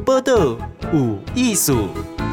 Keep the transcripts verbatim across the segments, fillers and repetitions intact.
报道有艺术。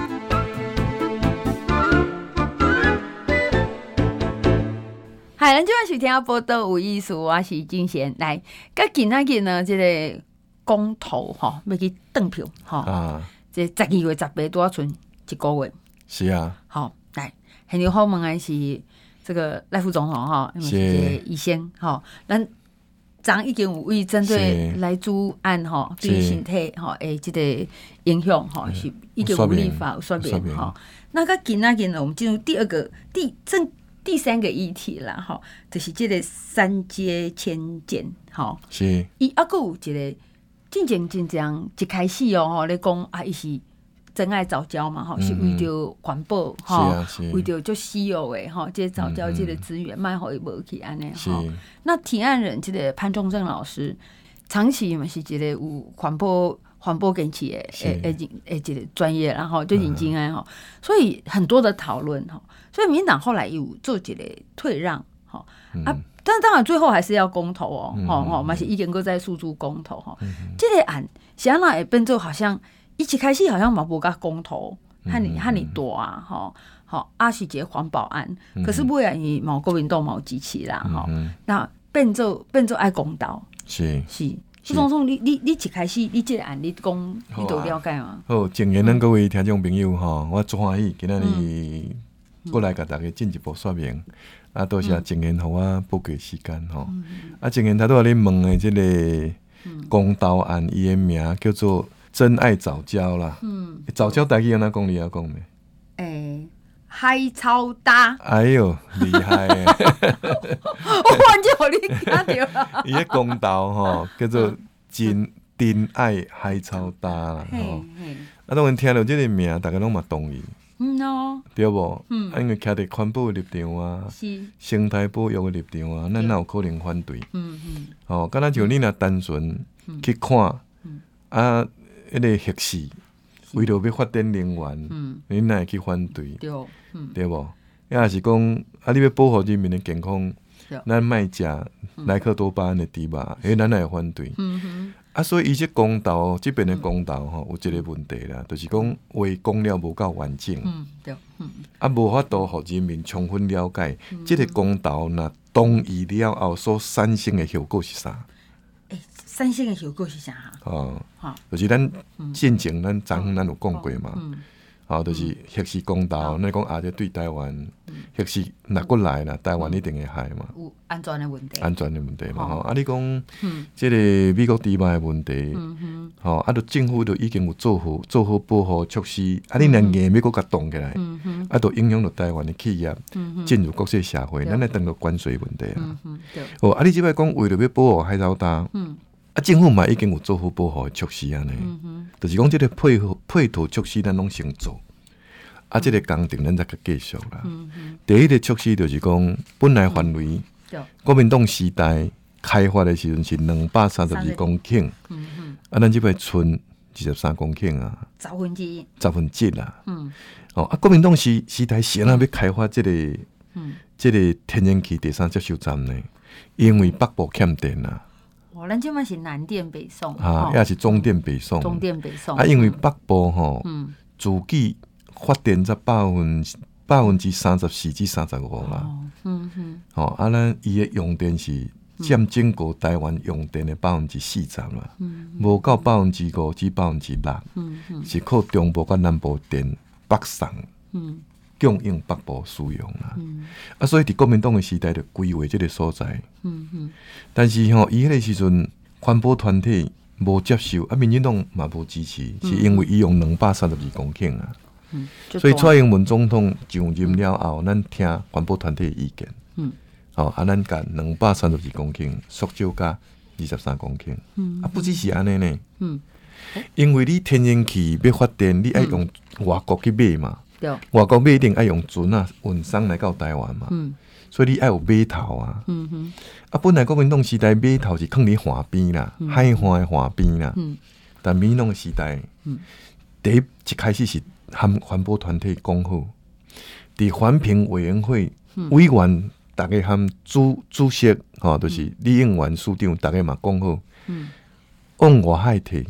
嗨，咱即摆是听报道有意思，我是金贤。来，甲今仔日呢，即、这个公投吼，要去登票吼，啊，即十二月十八拄啊剩一个月。 是啊， 好，来，很有好问的是这个赖副总统哈，因为是这个医生哈，咱昨已经有为针对莱猪案哈对身体哈诶这个影响哈是已经有立法有说明哈。那个今仔日呢，我们进入第二个第正。第三个议题啦，吼，就是这个三阶迁建，吼， 是。 伊还佫有一个进前真正一开始哦，吼，咧讲啊，伊是真爱藻礁嘛，吼、嗯，是为着环保，吼、啊，为着就稀有诶，吼，这藻礁这个资源，卖互伊无去安尼，吼。那提案人这个潘忠正老师，长期嘛是一个有环保。环保跟企业诶诶诶，这个专业，然后就引进来哈，所以很多的讨论哈，所以民进党后来有做一个退让哈、嗯、啊，但当然最后还是要公投哦，哈哈、嗯，嘛是已经搁在诉诸公投哈，嗯、这个案是安那会变做好像一起开始好像嘛无甲公投，和你和你多啊哈，好啊是一个环保案，嗯、可是尾啊伊毛国民党毛支持啦哈、嗯，那变做变做爱公道是是。副总统，你你你一开始你这个案，你讲你都了解吗？ 好，前言咱各位听众朋友吼，我足欢喜今仔日过来甲大家进一步说明。嗯、啊，多谢前言互我宝贵时间吼。嗯、啊，前言头拄仔咧问的这个公道案，伊的名叫做真爱藻礁啦。嗯，藻礁台语安怎讲？你晓讲没？ 诶、欸。海草搭， 哎呦，厉害！ 我完全互你听到啊！ 伊个公道吼叫做真真爱海草搭啦吼。啊，当然听到这个名，大家拢嘛同意。 嗯哦， 对无？嗯，啊，因为徛伫环保的立场啊，生态保育的立场啊，咱哪有可能反对？嗯嗯。哦，敢若像你若单纯去看，啊，迄个核试。为了要发展能源，嗯、你哪会去反对？对，嗯、对无？也是讲啊，你要保护人民的健康，咱莫食莱克多巴胺的猪肉，诶，咱哪会反对？嗯、啊，所以伊这公道这边的公道吼，有一个问题啦，就是讲话讲了无够完整，嗯对嗯、啊，无法度互人民充分了解，嗯、这个公道若同意了后所产生的效果是啥？ 产生的效果是啥？ 哦，就是咱进前咱昨昏咱有讲过嘛，嗯、哦，就是核试公道，咱讲啊，这对台湾、嗯、核试若过来啦，台湾一定会害嘛， 有安全的问题， 安全的问题嘛，吼、哦，啊，你讲，嗯，这个美國豬肉的問題，嗯哼，吼、哦，啊，就政府就已經有做好做好保護措施，啊，你若硬要擱甲動起來，嗯哼，啊，就影響到台灣的企業進入國際社會，咱來談到關稅問題啊，嗯哼，對，哦，啊，你即擺講為了要保護海草搭，嗯。啊，政府嘛已經有做好保護的措施安尼，嗯、就是講即個配合配套措施咱攏先做，啊，即、嗯、個工程咱再去繼續啦。嗯、第一個措施就是講，本來範圍，嗯、國民黨時代開發的時陣是兩百三十二公頃，嗯嗯、啊，咱即擺剩二十三公頃啊， 十分之一， 十分之一啦。嗯、哦，啊，國民黨時時代是安怎要開發即、這個，嗯，即個天然氣第三接收站呢？因為北部欠電啊。 哦，咱即擺是南電北送啊，也是中電北送。 中電北送啊， 因為北部吼，嗯、自己發電才百分百分之三十四至三十五啦。哦，嗯哼。哦，啊，咱伊嘅用電是佔整個台灣用電嘅百分之四十啦，無到百分之五至百分之六，嗯嗯、是靠中部甲南部電北送。嗯。供應北部使用啦，嗯、啊，所以佇國民黨嘅時代就規劃這個所在。嗯嗯、但是吼，伊迄個時陣環保團體無接受，啊，民進黨嘛無支持，嗯、是因為伊用兩百三十二公頃啊。嗯、所以蔡英文總統上任了後，咱聽環保團體嘅意見。嗯、哦，啊，咱甲兩百三十二公頃縮小加二十三公頃。嗯、啊，不只是安尼呢。嗯、因為你天然氣要發電，你愛用外國去買嘛。外國買一定愛用船啊運送來到台灣嘛，嗯、所以你愛有碼頭啊。嗯、哼啊，本來國民黨時代碼頭是放喺海邊啦，嗯、海岸嘅海邊啦。嗯、但民進黨時代，嗯、第一一開始是含環保團體講好，佇環評委員會、嗯、委員大家含主主席，吼、哦，就是李應元署長，大家嘛講好，嗯、往外海提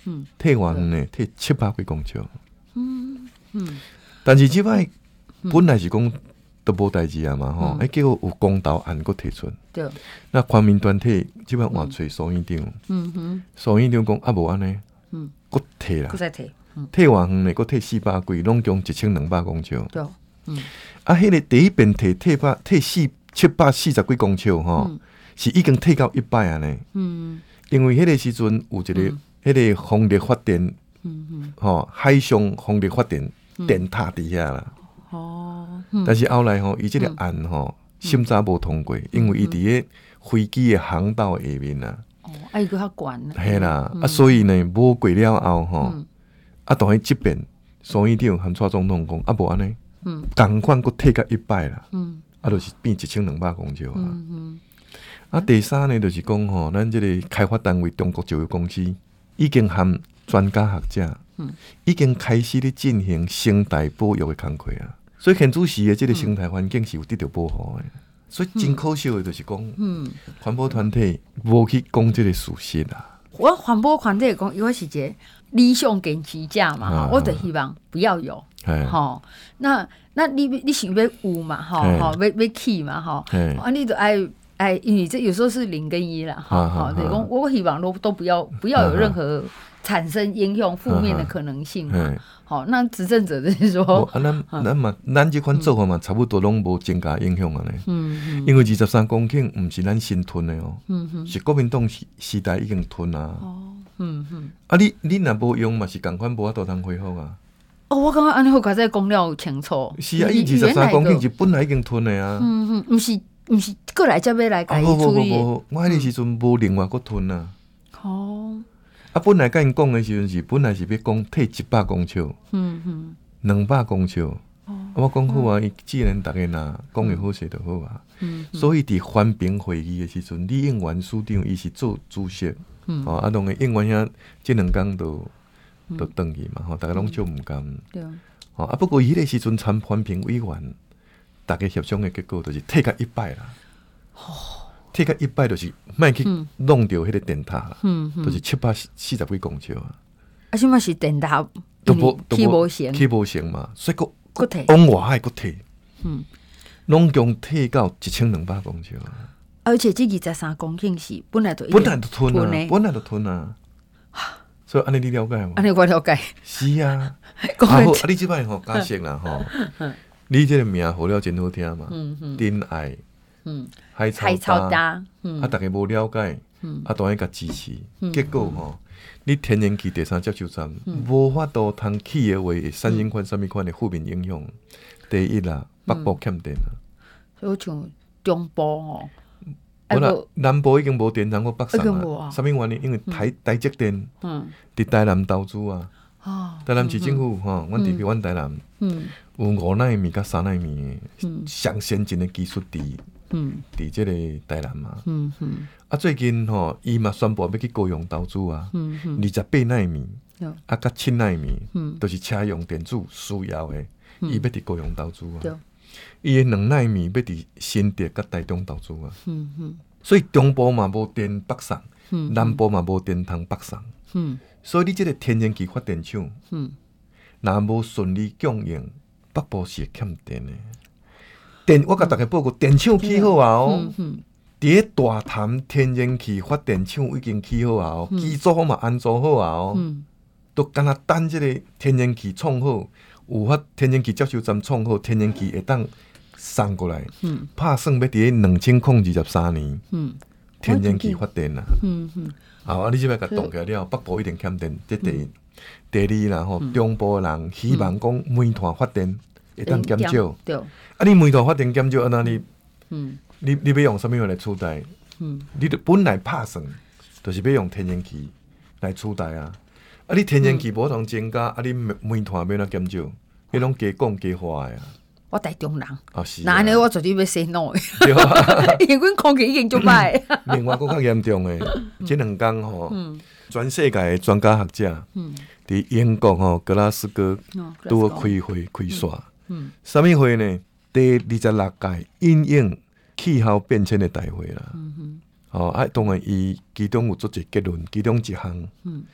嗯，退偌远呢？退七百几公尺。嗯嗯，但是即摆本来是讲都无代志啊嘛吼，哎、嗯，结果有公投案佫提出。对。那泛民团体即摆换找苏院长。嗯哼。苏院长讲啊无安尼。嗯。佫退啦。佫再退。退偌远呢？佫退四百几，拢共一千两百公尺。对。嗯。啊，迄、那个第一遍退退百退四七百四十几公尺吼，嗯、是已经退到一百啊呢。嗯。因为迄个时阵有一个迄、嗯、个风力发电，嗯嗯，吼、喔、海上风力发电電塔伫遐啦。哦。嗯、但是後來吼，伊即個案吼，審查無通過，嗯、因為伊伫個飛機嘅航道下面啊。哦，啊，伊個較懸。係啦，嗯、啊，所以呢，無過了後吼，嗯、啊，當喺即邊，蘇院長和蔡總統講，啊，無安尼，嗯，同款佫退到一百啦，嗯，啊，就是變一千兩百公尺啊。嗯嗯啊，第三呢，就是講吼，咱即個開發單位中國石油公司已經和專家學者，嗯，已經開始咧進行生態保育嘅工作啊。所以現主時嘅即個生態環境是有得到保護嘅。所以真可惜嘅就是講，嗯，環保團體無去講即個事實啊。 我環保團體講，因為是一個理想跟支架嘛，啊、我就希望不要有，吼。那那你你想要有嘛，吼吼，要要起嘛，吼，啊，你就愛。哎，因為這有時候是零跟一啦，哈，哈，對，我我希望都都不要不要有任何產生影響負面的可能性嘛。好，那執政者就是說， 啊，咱咱嘛，咱這款做法嘛，差不多攏無增加影響啊呢。嗯，因為二十三公頃唔是咱新囤的哦，是國民黨時時代已經囤啊。哦，嗯嗯。啊，你你若無用嘛，是共款無法度通恢復啊。 哦，我感覺安尼好佳哉講了清楚。 是啊，伊二十三公頃是本來已經囤的啊。 嗯嗯，唔是。毋是過來才要來甲伊處理。 無無無，我迄個時陣無另外閣囤啊。哦。啊，本來甲因講的時陣是本來是要講退一百公尺，嗯嗯，兩百公尺。哦。我講好啊，伊既然大家若講會好勢就好啊。嗯。所以佇環評會議的時陣，李應元署長伊是做主席，嗯。哦，啊，當個應元遐這兩工都都轉去嘛，吼，大家攏做毋甘。對。哦，啊，不過伊迄個時陣參環評委員。大家協商的結果就是退到一百啦，退到一百就是莫去弄掉迄個電塔啦，嗯嗯、就是七百四十幾公尺啊。 啊，什麼是電塔？都無起無成， 起無成嘛，所以個往外海個退，嗯，攏共退到一千兩百公尺啊。 而且這二十三公頃是本來就本來就吞啊，本來就吞啊。所以安尼你了解嗎？ 安尼我了解。 是啊，啊好，啊你即擺吼解釋啦吼。你這個名好了真好聽嘛？珍愛，海草大，啊，大家無了解，啊，當然甲支持。結果吼，你天然氣第三接收站無法度通起的話，會產生款什麼款的負面影響？第一啦，北部欠電啦。 所以像中部哦， 我啦南部已經無電，通過北上啦。什麼原因？因為台台積電佇台南投資啊。台南市政府吼，阮佇阮台南。有五奈米甲三奈米的上先進的技術佇佇即個台南嘛。嗯嗯、啊，最近吼，伊嘛宣布要去高雄投資啊。二十八奈米，啊，甲七奈米，都、嗯、是車用電子需要的，伊、嗯、要佇高雄投資啊。伊的兩奈米要佇新竹甲台中投資啊。嗯嗯、所以中部嘛無電北上，嗯、南部嘛無電通北上。嗯、所以你即個天然氣發電廠，若無順利供應。北部是會欠電的，電我甲大家報告，電廠起好啊哦，佇個大潭天然氣發電廠已經起好啊哦，基礎嘛安裝好啊哦，都干那等這個天然氣創好，有法天然氣接收站創好，天然氣會當送過來，拍算要佇個兩千零二十三年，天然氣發電啦，好啊，你即擺甲動起來了，北部一定欠電，這第一。第二啦吼，中部人希望講煤炭發電會當減少，啊，你煤炭發電減少，啊，那你，嗯、你你要用什麼樣來取代？嗯、你本來拍算，就是要用天然氣來取代啊，啊，你天然氣無通增加，啊，你煤炭要哪減少？你攏加講加花呀。 我台中人， 啊是， 那呢我絕對要 say no 嘅，因為阮空氣已經足歹。 另外佫較嚴重嘅，這兩工吼，全世界嘅專家學者，佇英國吼格拉斯哥都開會開煞。什麼會呢？第二十六屆因應氣候變遷嘅大會啦。哦，啊，當然伊其中有做一結論，其中一項，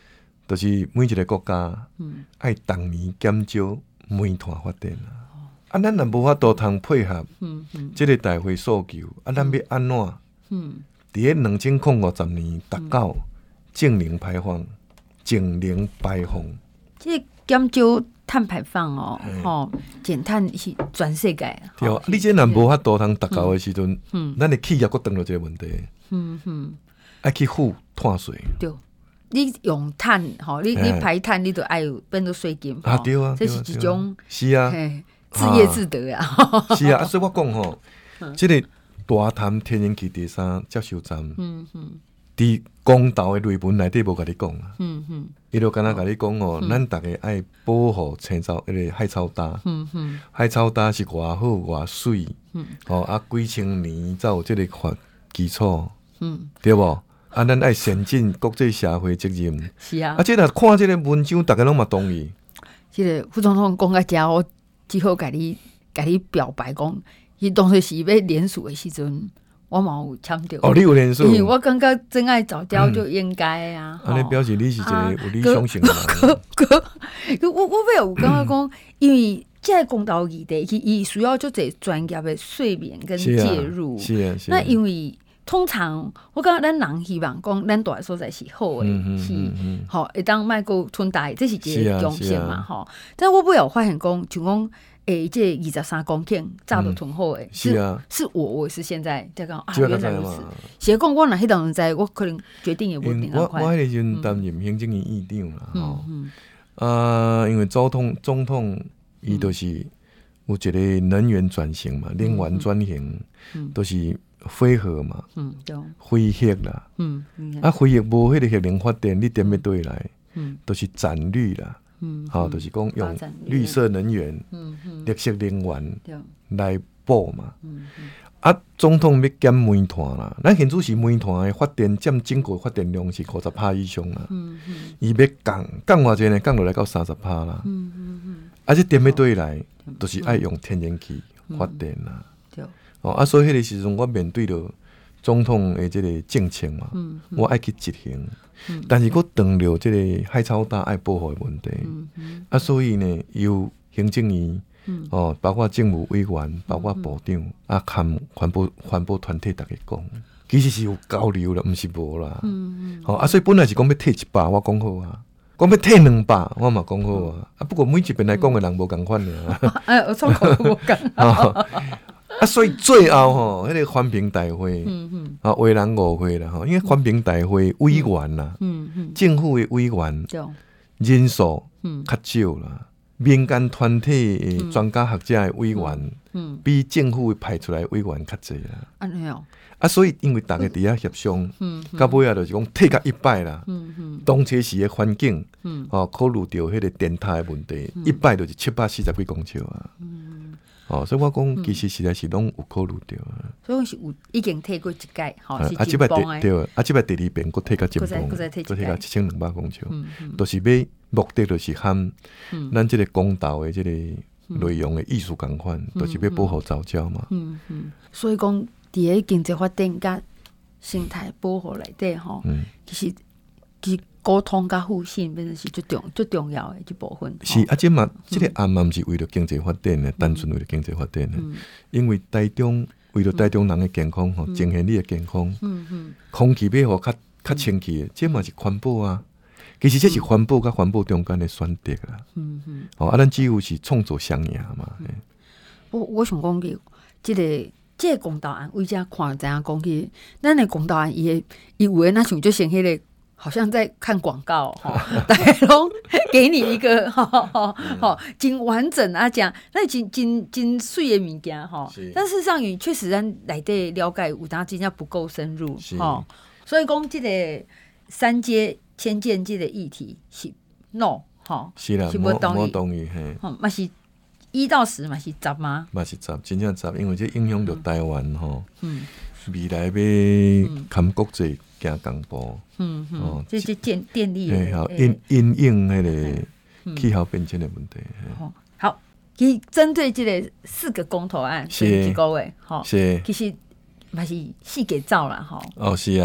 就是每一个国家爱逐年减少煤炭发电啦。啊，咱若无法度通配合即个大会诉求，啊，咱要安怎？嗯，伫个两千零五十年达到净零排放，净零排放。 即个减少碳排放哦，吼，减碳是全世界。 对，你这若无法度通达到的时阵，咱的企业佫碰到这个问题。嗯嗯，爱去付碳税。对。 你用碳吼，你你排碳，你都爱有变做税金啊，对啊， 这是一种是啊， 自业自得啊。 是啊，所以我讲吼，这个大潭天然气第三接收站，嗯嗯，伫公投的内文内底无甲你讲啊，嗯嗯，伊就敢若甲你讲哦，咱大家爱保护青草迄个海草礁，嗯嗯，海草礁是偌好偌水，嗯，哦啊，几千年才有这个法基础，嗯，对无？啊，咱爱先进国际社会责任。 是啊。 啊，即若看即个文章，大家拢嘛同意。 即个副总统讲到遮，我只好甲你甲你表白讲，伊当时是要联署的时阵，我嘛有签着。 哦，你有联署？ 因为我感觉真爱早教就应该啊。 安尼、嗯、表示你是一个有理想性的人。 我我我有感觉讲，因为这个公投议题，伊需要就这专业的睡眠跟介入。 是啊，是啊。 那因为。通常我感觉咱人希望讲咱住的所在是好诶，嗯、是吼会当莫个存在，这是一个贡献嘛吼。但我尾有发现讲，像讲诶，这二十三公顷早都囤好诶， 是啊， 是我我是现在在讲啊，原来如此。是讲我若迄当在，我可能决定也不定我我迄个时担任行政院议长啦，吼、嗯嗯、啊，因为总统总统伊都是有一个能源转型嘛，能源转型都是。废核嘛，嗯，废核啦，嗯，啊，废核无迄个核能发电，你点要对来，嗯，都是展绿啦，嗯，好、哦，都、就是讲用绿色能源，嗯嗯，绿色能源来补嘛，嗯嗯，啊，总统要减煤炭啦，咱现在是煤炭的发电占整个发电量是五十趴以上啦，嗯嗯，伊要降降偌济呢，降落来到三十趴啦，嗯嗯嗯，啊，这点要对来，都、就是爱用天然气发电啦。对哦啊，所以迄个时阵，我面对着总统的这个政策嘛，嗯嗯、我爱去执行，嗯、但是我碰到这个海草礁爱保护的问题，嗯嗯、啊，所以呢，由行政院、嗯、哦，包括政府委员，包括部长、嗯、啊，含环保环保团体大家讲，其實是有交流啦，毋是無啦。嗯嗯。好、哦、啊，所以本來是講要退一百，我講好啊；講要退兩百，我嘛講好啊。啊，不過每一邊來講嘅人無共款爾。 哎，我錯講無共。 啊，所以最後吼，迄個環評大會，嗯嗯，啊，為人誤會啦吼，因為環評大會委員啦，嗯嗯，政府嘅委員人數較少啦，民間團體嘅專家學者嘅委員，嗯，比政府派出來委員較濟啦。安尼哦。啊，所以因為大家佇遐協商，嗯，到尾啊，就是講退到一百啦，嗯嗯，當初時嘅環境，嗯，哦，考慮到迄個電塔嘅問題，一百就是七百四十幾公尺啊，嗯，哦，所以我講其實實在是攏有考慮到啊， 所以是有已經退過一屆，吼，是真棒誒，對，啊，即擺第二遍佫退到真棒，佫退到七千兩百公尺，都是要目的就是含咱即個公道嘅即個內容嘅意思共款，都是要保護藻礁嘛，嗯嗯，所以講。伫個經濟發展甲生態保護內底吼，其實其實溝通甲互信變成是最重最重要的一部分。 是啊，即嘛，即個案嘛毋是為了經濟發展的，單純為了經濟發展的，因為台中為了台中人的健康吼，呈現你的健康，空氣要互較較清氣的，即嘛是環保啊。其實這是環保甲環保中間的選擇啦。嗯嗯。哦，啊，咱只有是創造雙贏嘛。 我我想講嘅，即個。這個公投案，為遮看知影講起，咱的公投案，伊個伊有誒那像就像迄個，好像在看廣告吼，大家攏給你一個吼吼吼，真完整啊講，那真真真水誒物件吼。但事實上，伊確實咱內底了解有當真正不夠深入吼，所以講即個三接遷建即個議題是 no 吼， 是啦，無無同意嘿， 吼嘛是。一到十嘛是十嗎？ 嘛是十，真正十，因為這影響到台灣吼，嗯，未來要含國際行公步，嗯嗯，哦， 這是電電力誒，好因因應迄個氣候變遷的問題。 好，好，其實針對這個四個公投案，是幾個位？好， 是， 其實嘛是四個走啦，吼。 哦，是啊，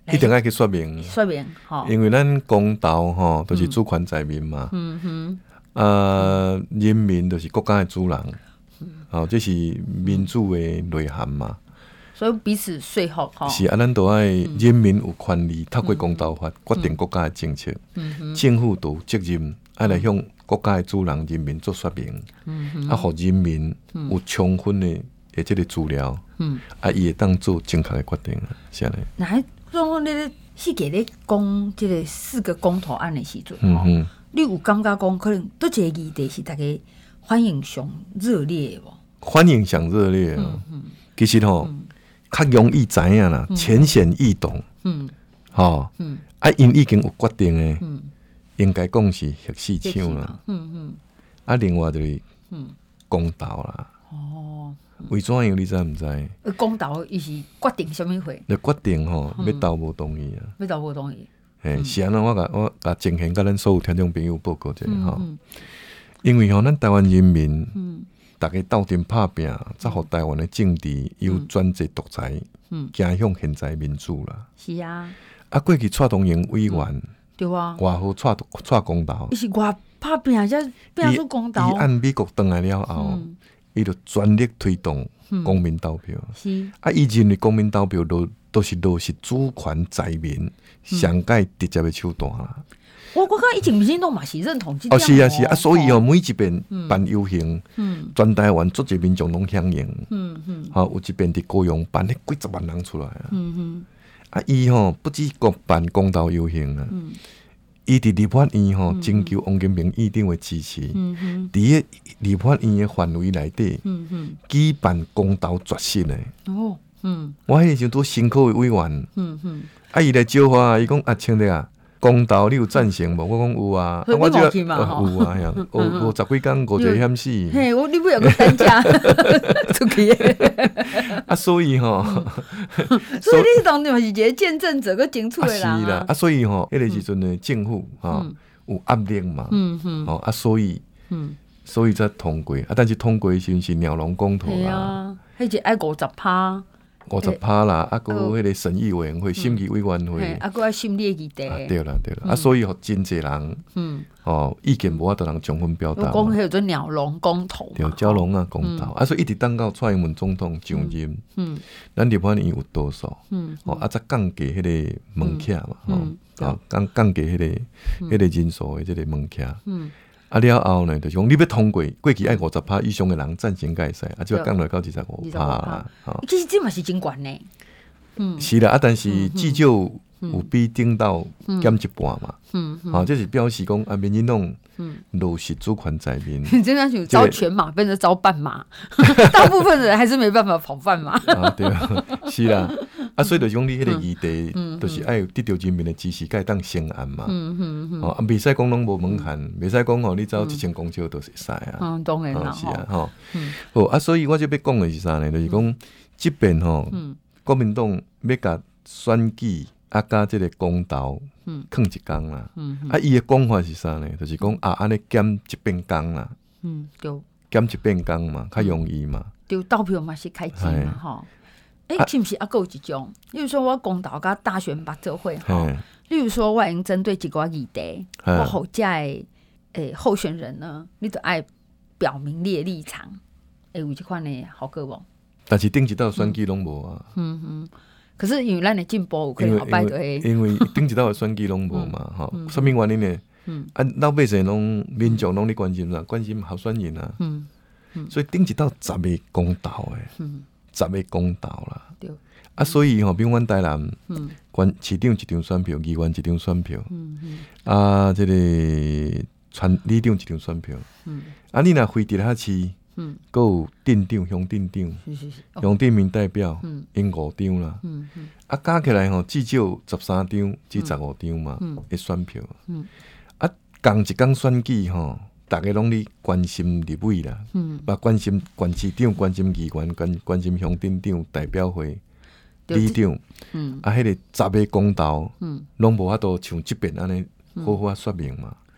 一定要去说明， 说明吼， 因为咱公道吼都是主权在民嘛，嗯哼，呃，人民就是国家的主人，哦，这是民主的内涵嘛。 所以彼此说服吼。 是啊，咱都爱人民有权利透过公道法决定国家的政策，政府都有责任爱来向国家的主人人民做说明，啊，互人民有充分的的这个资料，啊，伊会当做正确的决定啊，是安尼。 那迄种咧，四个咧讲这个四个公投案的时阵，吼，你有感觉讲可能倒一个议题是大家反应上热烈无？ 反应上热烈啊，其实吼。较容易知影啦，浅显易懂，嗯，吼，嗯，啊，因已经有决定诶，嗯，应该讲是核四厂啦，嗯嗯，啊，另外就是，嗯，公道啦，哦，为怎样你知毋知？ 公道伊是决定什么货？ 就决定吼，要投无同意啊， 要投无同意， 诶，是安怎？我甲我甲情形甲咱所有听众朋友报告者吼，因为吼，咱台湾人民，嗯。大家斗阵拍拼，才互台湾的政治由专制独裁，走向现在民主啦。 是啊， 啊，过去蔡同英委员， 对啊， 外好蔡蔡公道， 伊是外拍拼才拼出公道。 伊按美国回来了后，伊就全力推动公民投票。是啊，以前的公民投票都都是都是主权在民，上届直接的手段啦。 我我看以前民进党嘛是认同这哦，是啊是啊，所以哦，每一遍办游行，全台湾足侪民众拢响应，嗯嗯，好，有一遍伫高雄办，迄几十万人出来啊，嗯嗯，啊，伊吼不止国办公投游行啊，伊伫立法院吼征求王金平议长的支持，嗯嗯，伫个立法院的范围内底，嗯嗯，举办公投决心的，哦，嗯，我迄时都辛苦的委员，嗯嗯，啊，伊来招话，伊讲啊，青的啊。公投你有赞成无？我讲有啊， 我这个有啊，呀，五五十几天五个险死。 嘿，我你不有个单价出去？ 啊，所以吼， 所以你当然是一个见证者个清楚的人啊。 是啦，啊，所以吼，迄个时阵呢，政府哈有压力嘛，嗯嗯，哦啊，所以，嗯，所以才通过啊，但是通过的时候是鸟笼公投啦， 啊，迄是爱五十趴。 五十趴啦，啊，个迄个审议委员会、审议委员会， 啊，个爱审理议题。 对啦，对啦，啊，所以互真侪人，嗯，哦，意见无法度人充分表达。 讲迄做鸟笼公投， 对，鸟笼啊，公投，啊，所以一直等到蔡英文总统上任，嗯，咱立法院有多数，嗯，哦，啊，再降低迄个门槛嘛，吼，啊，降降低迄个迄个人数的即个门槛，嗯。啊了后呢，就是讲你要通过，过去爱五十趴以上的人赞成改使，啊，就降落到二十五趴啦。 其实这嘛是真悬呢。 嗯，是啦，啊，但是至少有比顶到减一半嘛。嗯，好，这是表示讲啊，民进党落实主权在民。 真的是招全马变成招半马，大部分人还是没办法跑半马。 啊，对啊，是啦。啊，所以就讲你迄个议题，就是爱得到人民的支持，才会当成案嘛。嗯嗯嗯。哦，啊，袂使讲拢无门槛，袂使讲吼，你走一千公尺都是使啊。 嗯，当然啦。 是啊，吼。好啊，所以我就要讲的是啥呢？就是讲这边吼，国民党要甲选举啊，甲这个公投，囥一工啦。嗯。啊，伊的讲法是啥呢？就是讲啊，安尼减一遍工啦。嗯，对。减一遍工嘛，较容易嘛。 对，投票嘛是开钱嘛，吼。诶、欸，是不是还有一种？例如说，我公投甲大选把这会吼，例如说，我已经针对一个议题，我后在诶候选人呢，你都爱表明你的立场，会有这款的好个无？ 但是顶一道选举拢无啊。 嗯嗯。可是因为咱的进步有可能后摆就会， 因为顶一道的选举拢无嘛，吼、嗯，什么原因呢？嗯，啊，老百姓拢民众拢咧关心啦，关心候选人啊。嗯嗯。所以顶一道十个公投诶。嗯。十个公投啦，对啊，所以吼，比如阮台南，嗯，县市长一张选票，议员一张选票，嗯嗯，啊，这个村里长一张选票，嗯，啊，你若非直辖市，嗯，还有镇长、乡镇长、乡镇民代表，嗯，因五张啦，嗯嗯，啊，加起来吼，至少十三张至十五张嘛，嗯，的选票，嗯，啊，同一工选举吼。大家拢咧关心立委啦，嗯，把关心县市长、关心议员、关关心乡镇长、代表会、里长，嗯，啊，迄个十个公投，嗯，拢无法度像即边安尼好好说明嘛。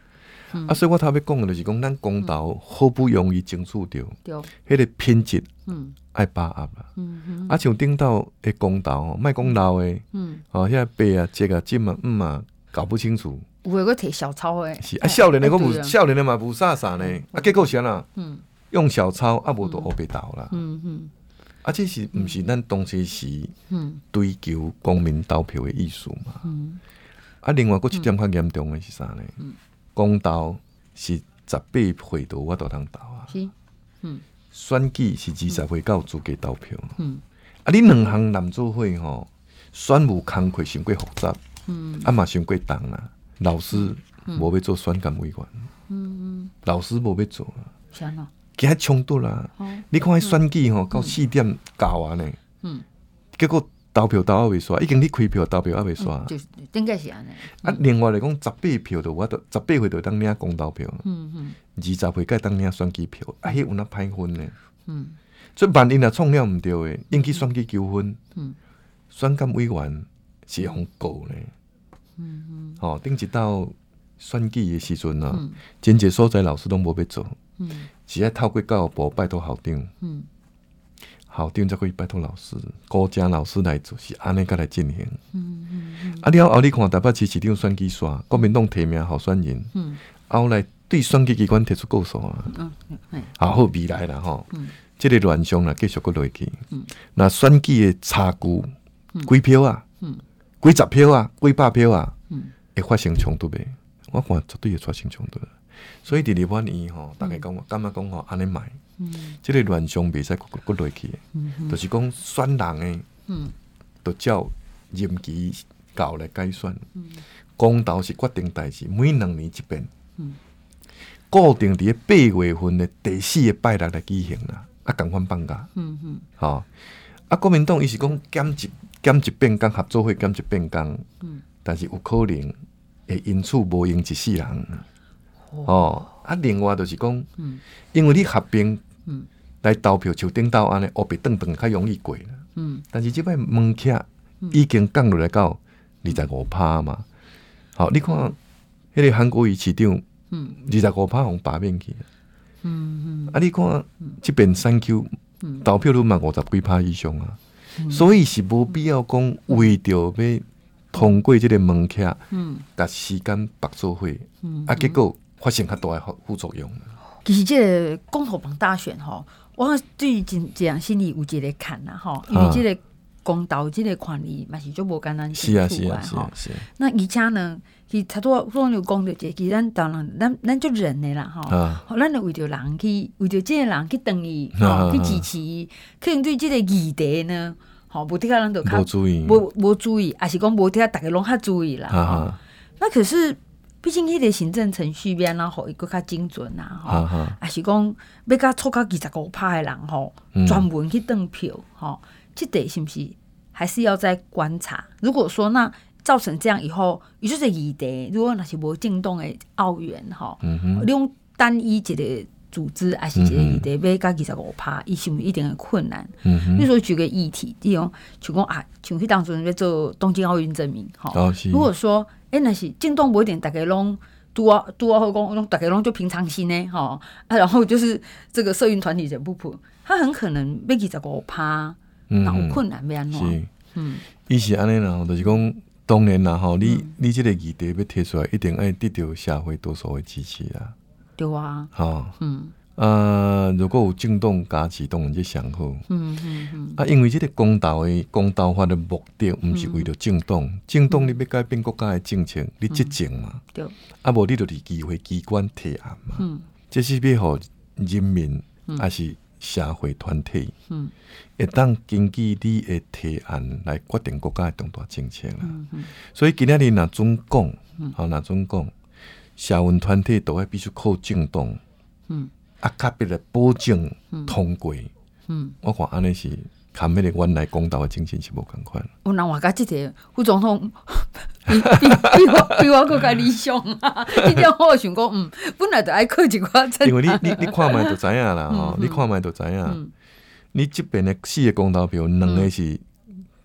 啊，所以我头要讲的就是讲，咱公投好不容易争取到，迄个品质爱把握啦。啊，像顶头的公投，莫讲老的，哦，遐白啊、节啊、金啊、嗯啊，搞不清楚。 有诶，个摕小抄诶。 是啊，少年的我无，少年的嘛无啥啥呢。啊，结果是啦，用小抄啊，无就黑白投啦。嗯嗯。啊，这是毋是咱当时时追求公民投票的意思嘛？嗯、啊，另外佫一点较严重的是啥呢？嗯、公投是十八岁到我都通投啊。是，嗯，选举是二十岁到资格投票。嗯，啊，你两项男做伙吼，选务工课伤过复杂，嗯，啊嘛伤过重啦。老师无要做选监委员，嗯嗯，老师无要做啊。是安怎？其实冲突啦，哦、你看迄选举吼，到四点到啊呢，嗯、结果投票投啊未煞，已经你开票投票啊未煞， 就应该是安尼。 啊，另外来讲，十八票就我十八岁就当领公投票，嗯嗯，二十岁该当领选举票，啊，迄有哪歹分呢？嗯，所以万一若创了毋对诶，引起选举纠纷，嗯，选监委员是会互告呢。嗯嗯，吼、哦，顶一道选举诶时阵啊，嗯、真侪所在老师拢无要做。嗯，是要透过教育部拜托校长，嗯，校长才可以拜托老师，高家老师来做，是安尼个来进行。嗯嗯嗯。啊，了后你看台北市市长选举刷，国民党提名候选人，嗯，后来对选举机关提出告诉啊，嗯嗯，啊好未来啦吼，嗯，这个乱象啦继续搁落去，嗯，那选举的差距，几票啊，嗯，几十票啊，几百票啊，嗯，会发生冲突呗，我看绝对会发生冲突。所以伫立法院吼，大家讲感觉讲吼安尼卖，即个乱象袂使搁搁落去的，就是讲选人诶，就照任期到来改选。公投是决定代志，每两年一遍，固定伫八月份的第四个拜六来举行啦，啊，共款放假。吼，啊，国民党伊是讲减一减一变工，合作会减一变工，但是有可能会因此无用一世人。哦，啊，另外就是讲，嗯、因为你合并、嗯、来投票，像顶到安尼，黑白转转较容易过啦。嗯，但是即摆门槛已经降落来到二十五趴嘛。好，你看，迄、那个韩国瑜市长，二十五趴互罢免去。嗯嗯，啊，你看即边三 Q、嗯、投票率嘛五十几趴以上啊，嗯、所以是无必要讲为着要通过即个门槛，嗯，甲时间绑做伙，嗯、啊，结果。发生较大的副作用。 其实这个公投榜大选吼，我对真这样心里有一个坎呐吼，因为这个公投这个权利嘛是就无简单清楚啊是啊是啊是啊。 那而且呢，其实他都都有讲到这，其实咱当然咱咱就人的啦吼，咱就为着人去为着这个人去等伊，吼去支持，可能对这个议题呢，吼无底下人就较无注意， 无无注意，还是讲无底下大家拢较注意啦。吼那可是。毕竟迄个行政程序要安怎互伊搁较精准啊，吼，还是讲要甲错到二十五趴的人吼，专门去登票，吼，这得是不是还是要再观察？如果说那造成这样以后，伊就是议题，如果那是无进动的澳元吼，你用单一一个组织还是一个议题要甲二十五趴，伊是毋是一定很困难？嗯、你说举个议题，例如像讲啊，像迄当初要做东京奥运证明，吼、哦，如果说。哎，那是进动不一点，大家拢拄啊拄啊好讲，大家拢就平常心呢，吼啊，然后就是这个社运团体人不普，他很可能要二十五趴，那有困难要安怎？嗯， 伊是安尼啦，就是讲，当然啦，吼，你、嗯、你这个议题要提出来，一定爱得到社会多数的支持啦。 对啊， 吼，嗯。啊，如果有政党加持，当然就上好。嗯嗯嗯。啊，因为这个公投的公投法的目的，不是为了政党。嗯、政党你要改变国家的政策，你执政嘛。对。啊，无你就是议会机关提案嘛。嗯。这是要互人民，还是社会团体，嗯，会当根据你的提案来决定国家的重大政策啦。嗯嗯。所以今仔日若总讲，好若总讲，社运团体都要必须靠政党。嗯。啊，特别来保证通过，嗯，嗯我看安尼是看迄个原来公投的精神是无共款。 有人话甲即个副总统比比比我比我更加理想啊！一点我想讲，嗯，本来就爱靠一寡。 因为你你你看卖就知影啦，吼、嗯，你看卖就知影。嗯、你即边的四个公投票，两个是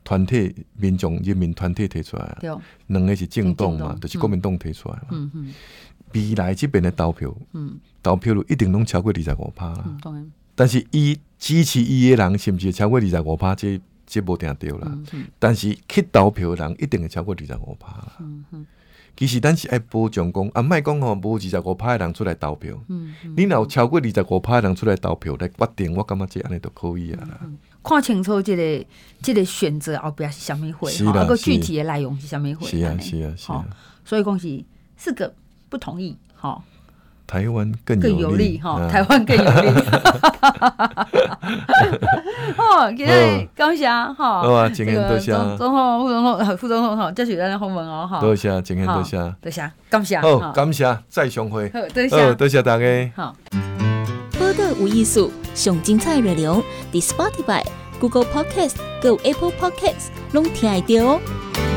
团体民众人民团体提出来啊，两个是政党嘛，就是国民党提出来嘛。嗯嗯、未来这边的投票，嗯、投票率一定拢超过二十五趴啦。嗯、但是伊支持伊的人是不是超过二十五趴？这这无定对啦。嗯嗯、但是去投票的人一定会超过二十五趴啦。嗯嗯、其实咱是爱保障讲，啊，莫讲吼无二十五趴的人出来投票。嗯嗯、你若有超过二十五趴的人出来投票来决定，我感觉这安尼就可以啊啦。嗯嗯看清楚这个这个选择后边是什么会，那个具体的内容是什么会？ 是啊是啊是啊。 所以恭喜四个不同意，哈。 台湾更有利, 更有利哈，台湾更有利。哦，今日感谢哈， 好啊，真多谢总统、副总统、副总统哈，这是咱的访问哦哈。 多谢，真多谢， 多谢，感谢。 好，感谢，再相会。 好，多谢， 多谢大家。 好。 报道有艺术，上精彩内容，伫 Spotify、Google Podcast、还有 Apple Podcast， 拢听得到哦。